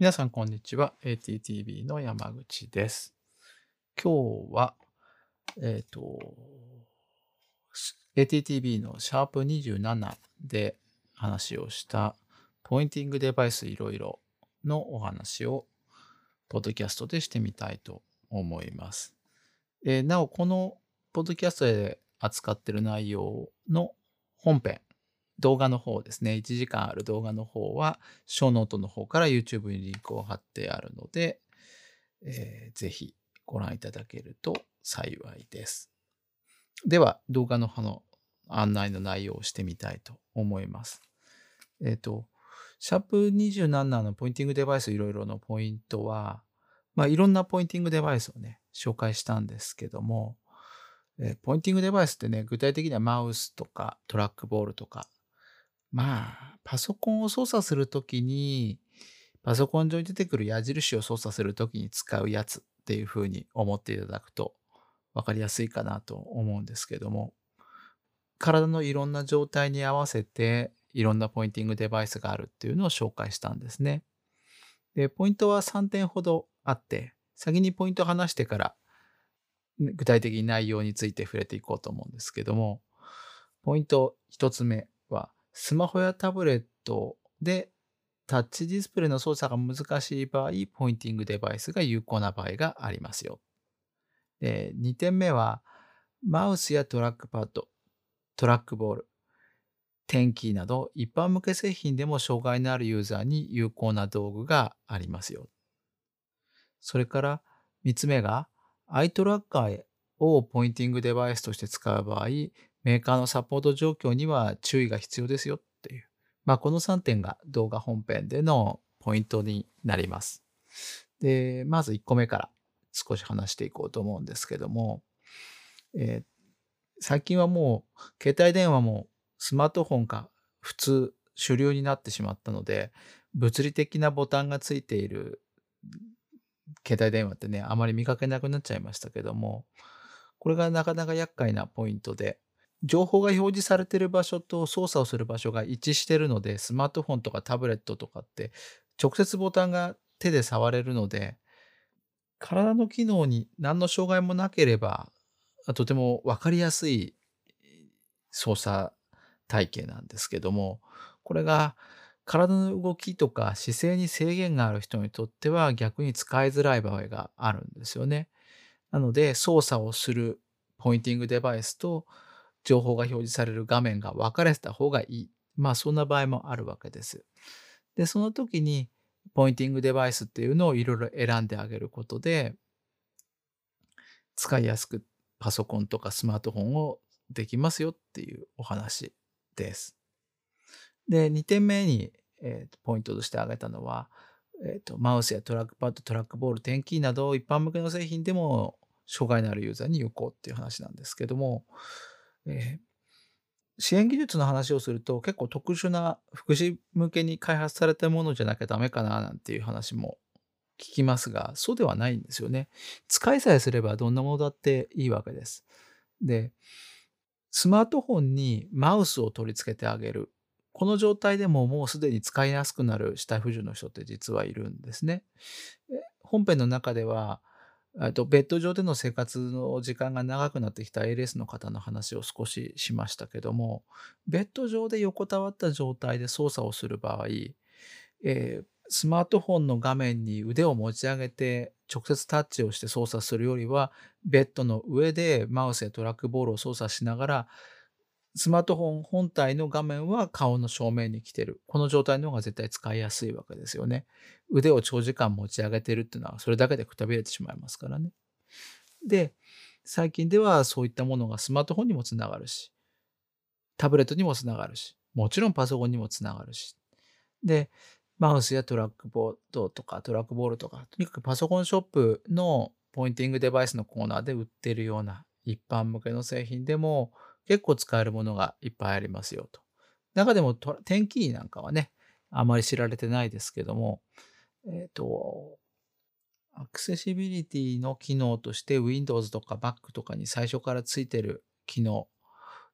皆さん、こんにちは。ATTV の山口です。今日は、えっと、ATTV のシャープ27で話をしたポインティングデバイスいろいろのお話をポッドキャストでしてみたいと思います。なお、このポッドキャストで扱っている内容の本編、動画の方ですね、1時間ある動画の方は、ショーノートの方から YouTube にリンクを貼ってあるので、ぜひご覧いただけると幸いです。では、動画の方の案内の内容をしてみたいと思います。シャープ27のポインティングデバイスいろいろのポイントは、いろんなポインティングデバイスをね、紹介したんですけども、ポインティングデバイスってね、具体的にはマウスとかトラックボールとか、パソコンを操作するときに、パソコン上に出てくる矢印を操作するときに使うやつっていうふうに思っていただくと分かりやすいかなと思うんですけども、体のいろんな状態に合わせていろんなポインティングデバイスがあるっていうのを紹介したんですね。で、ポイントは3点ほどあって、先にポイントを話してから具体的に内容について触れていこうと思うんですけども、ポイント1つ目は、スマホやタブレットでタッチディスプレイの操作が難しい場合、ポインティングデバイスが有効な場合がありますよ。で、2点目は、マウスやトラックパッド、トラックボール、テンキーなど一般向け製品でも障害のあるユーザーに有効な道具がありますよ。それから3つ目が、アイトラッカーをポインティングデバイスとして使う場合、メーカーのサポート状況には注意が必要ですよっていう。この3点が動画本編でのポイントになります。で、まず1個目から少し話していこうと思うんですけども、えー最近はもう携帯電話もスマートフォンが主流になってしまったので、物理的なボタンがついている携帯電話ってね、あまり見かけなくなっちゃいましたけども、これがなかなか厄介なポイントで、情報が表示されている場所と操作をする場所が一致しているので、スマートフォンとかタブレットとかって、直接ボタンが手で触れるので、体の機能に何の障害もなければ、とても分かりやすい操作体系なんですけども、これが体の動きとか姿勢に制限がある人にとっては逆に使いづらい場合があるんですよね。なので、操作をするポインティングデバイスと情報が表示される画面が分かれてた方がいい。そんな場合もあるわけです。で、その時にポインティングデバイスっていうのをいろいろ選んであげることで、使いやすくパソコンとかスマートフォンをできますよっていうお話です。で、2点目に、ポイントとして挙げたのは、マウスやトラックパッド、トラックボール、テンキーなど一般向けの製品でも障害のあるユーザーに有効っていう話なんですけども、えー支援技術の話をすると結構特殊な福祉向けに開発されたものじゃなきゃダメかななんていう話も聞きますが、そうではないんですよね。使いさえすればどんなものだっていいわけです。で、スマートフォンにマウスを取り付けてあげる。この状態でももうすでに使いやすくなる肢体不自由の人って実はいるんですね。本編の中では、ベッド上での生活の時間が長くなってきた ALS の方の話を少ししましたけども、ベッド上で横たわった状態で操作をする場合、スマートフォンの画面に腕を持ち上げて直接タッチをして操作するよりは、ベッドの上でマウスやトラックボールを操作しながら、スマートフォン本体の画面は顔の正面に来てる。この状態の方が絶対使いやすいわけですよね。腕を長時間持ち上げてるっていうのは、それだけでくたびれてしまいますからね。で、最近ではそういったものがスマートフォンにもつながるし、タブレットにもつながるし、もちろんパソコンにもつながるし。で、マウスやトラックボードとかトラックボールとか、とにかくパソコンショップのポインティングデバイスのコーナーで売っているような一般向けの製品でも結構使えるものがいっぱいありますよと。中でもテンキーなんかはね、あまり知られてないですけども、えっと、アクセシビリティの機能として Windows とか Mac とかに最初からついてる機能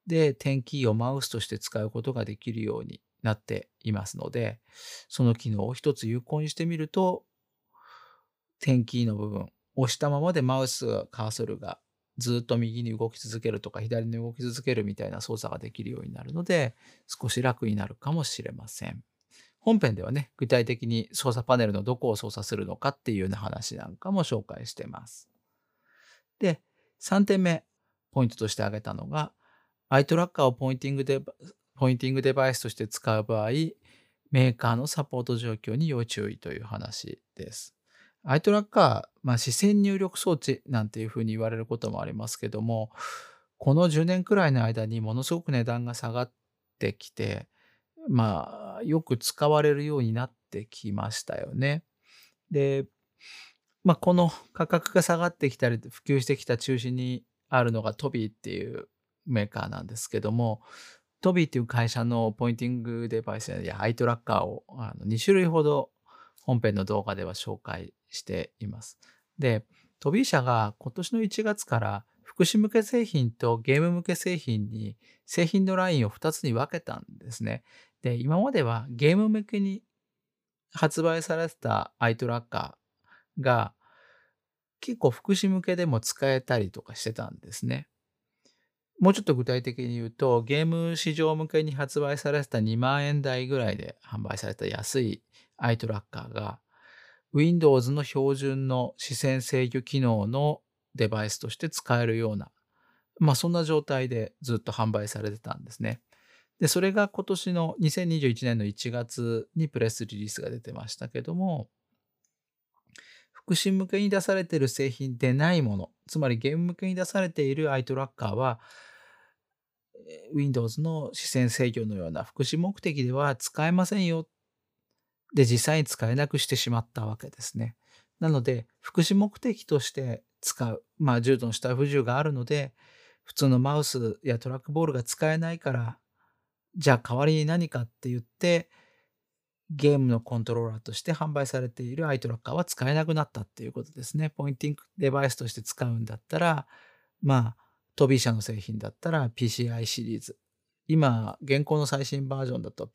で点キーをマウスとして使うことができるようになっていますので、その機能を一つ有効にしてみると、点キーの部分、押したままでマウスカーソルがずっと右に動き続けるとか左に動き続けるみたいな操作ができるようになるので、少し楽になるかもしれません。本編ではね、具体的に操作パネルのどこを操作するのかっていうような話なんかも紹介しています。で、3点目、ポイントとして挙げたのが、アイトラッカーをポインティングデバイスとして使う場合、メーカーのサポート状況に要注意という話です。アイトラッカー、視線入力装置なんていうふうに言われることもありますけども、この10年くらいの間にものすごく値段が下がってきて、よく使われるようになってきましたよね。で、この価格が下がってきたり、普及してきた中心にあるのがトビーっていうメーカーなんですけども、トビーっていう会社のポインティングデバイスやアイトラッカーを2種類ほど本編の動画では紹介しています。で、トビー社が今年の1月から福祉向け製品とゲーム向け製品に製品のラインを2つに分けたんですね。で、今まではゲーム向けに発売されてたアイトラッカーが結構福祉向けでも使えたりとかしてたんですね。もうちょっと具体的に言うと、ゲーム市場向けに発売されてた2万円台ぐらいで販売された安いアイトラッカーが、Windows の標準の視線制御機能のデバイスとして使えるような、そんな状態でずっと販売されてたんですね。で、それが今年の2021年の1月にプレスリリースが出てましたけども、福祉向けに出されている製品でないもの、つまりゲーム向けに出されているアイトラッカーは、Windows の視線制御のような福祉目的では使えませんよ。で、実際に使えなくしてしまったわけですね。なので、福祉目的として使う、重度の下不自由があるので、普通のマウスやトラックボールが使えないから、じゃあ代わりに何かって言って、ゲームのコントローラーとして販売されているアイトラッカーは使えなくなったっていうことですね。ポインティングデバイスとして使うんだったら、トビー社の製品だったら PCI シリーズ。今、現行の最新バージョンだと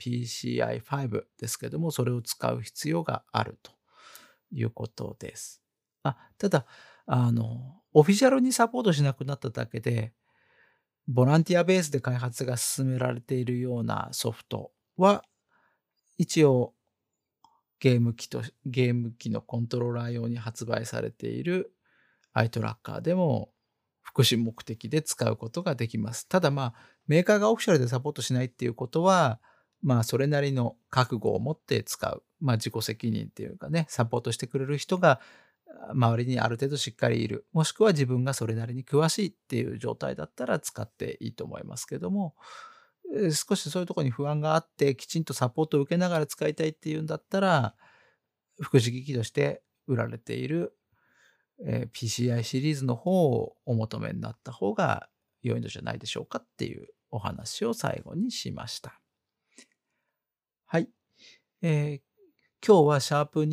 PCI5 ですけども、それを使う必要があるということです。ただ、オフィシャルにサポートしなくなっただけで、ボランティアベースで開発が進められているようなソフトは、一応ゲーム機のコントローラー用に発売されているアイトラッカーでも福祉目的で使うことができます。ただメーカーがオフィシャルでサポートしないっていうことは、それなりの覚悟を持って使う。自己責任っていうかね、サポートしてくれる人が周りにある程度しっかりいる。もしくは自分がそれなりに詳しいっていう状態だったら使っていいと思いますけども、少しそういうところに不安があって、きちんとサポートを受けながら使いたいっていうんだったら、福祉機器として売られている、PCI シリーズの方をお求めになった方が良いのじゃないでしょうかっていうお話を最後にしました。はい。今日はシャープ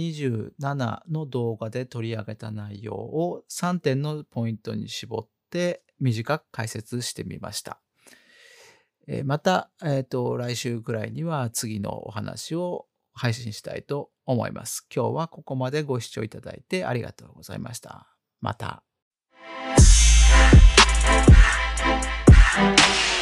27の動画で取り上げた内容を3点のポイントに絞って短く解説してみました。また、来週ぐらいには次のお話を配信したいと思います。今日はここまでご視聴いただいてありがとうございました。また。